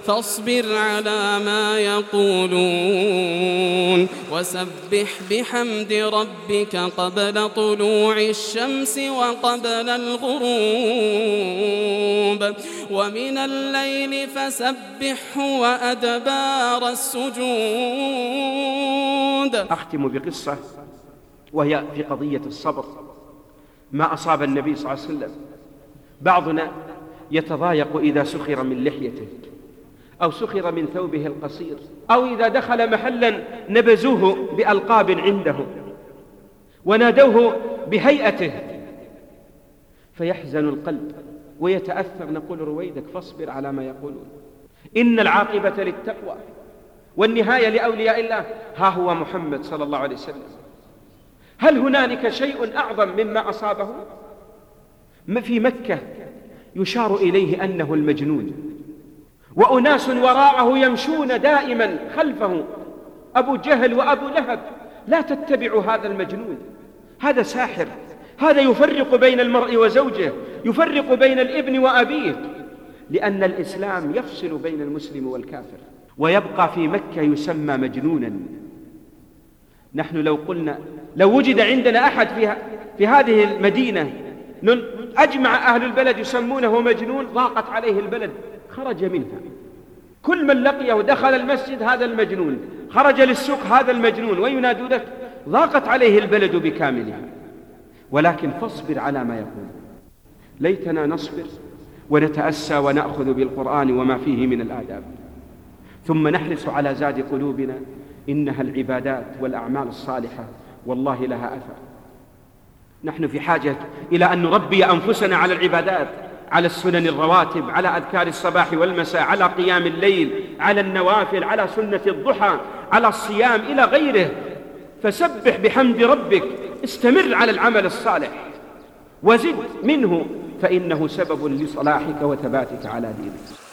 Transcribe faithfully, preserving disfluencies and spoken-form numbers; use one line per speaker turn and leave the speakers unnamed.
فاصبر على ما يقولون وسبح بحمد ربك قبل طلوع الشمس وقبل الغروب ومن الليل فسبحه وأدبار السجود.
أختم بقصة وهي في قضية الصبر. ما أصاب النبي صلى الله عليه وسلم، بعضنا يتضايق إذا سخر من لحيته أو سخر من ثوبه القصير، أو إذا دخل محلا نبزوه بألقاب عنده ونادوه بهيئته فيحزن القلب ويتأثر. نقول رويدك فاصبر على ما يقولون، إن العاقبة للتقوى والنهاية لأولياء الله. ها هو محمد صلى الله عليه وسلم، هل هنالك شيء أعظم مما أصابه؟ في مكة يشار إليه أنه المجنون، وأناس وراءه يمشون دائما خلفه، أبو جهل وأبو لهب. لا تتبعوا هذا المجنون، هذا ساحر، هذا يفرق بين المرء وزوجه، يفرق بين الابن وأبيه، لأن الإسلام يفصل بين المسلم والكافر، ويبقى في مكة يسمى مجنونا. نحن لو قلنا لو وجد عندنا أحد في, في هذه المدينة أجمع أهل البلد يسمونه مجنون، ضاقت عليه البلد، خرج منها. كل من لقيه دخل المسجد هذا المجنون، خرج للسوق هذا المجنون، وينادوا لك، ضاقت عليه البلد بكاملها. ولكن فاصبر على ما يقول. ليتنا نصبر ونتأسى ونأخذ بالقرآن وما فيه من الآداب، ثم نحرص على زاد قلوبنا. إنها العبادات والأعمال الصالحة والله لها أثر. نحن في حاجة إلى أن نربي أنفسنا على العبادات، على السنن الرواتب، على أذكار الصباح والمساء، على قيام الليل، على النوافل، على سنة الضحى، على الصيام إلى غيره. فسبح بحمد ربك، استمر على العمل الصالح وزد منه، فإنه سبب لصلاحك وثباتك على دينك.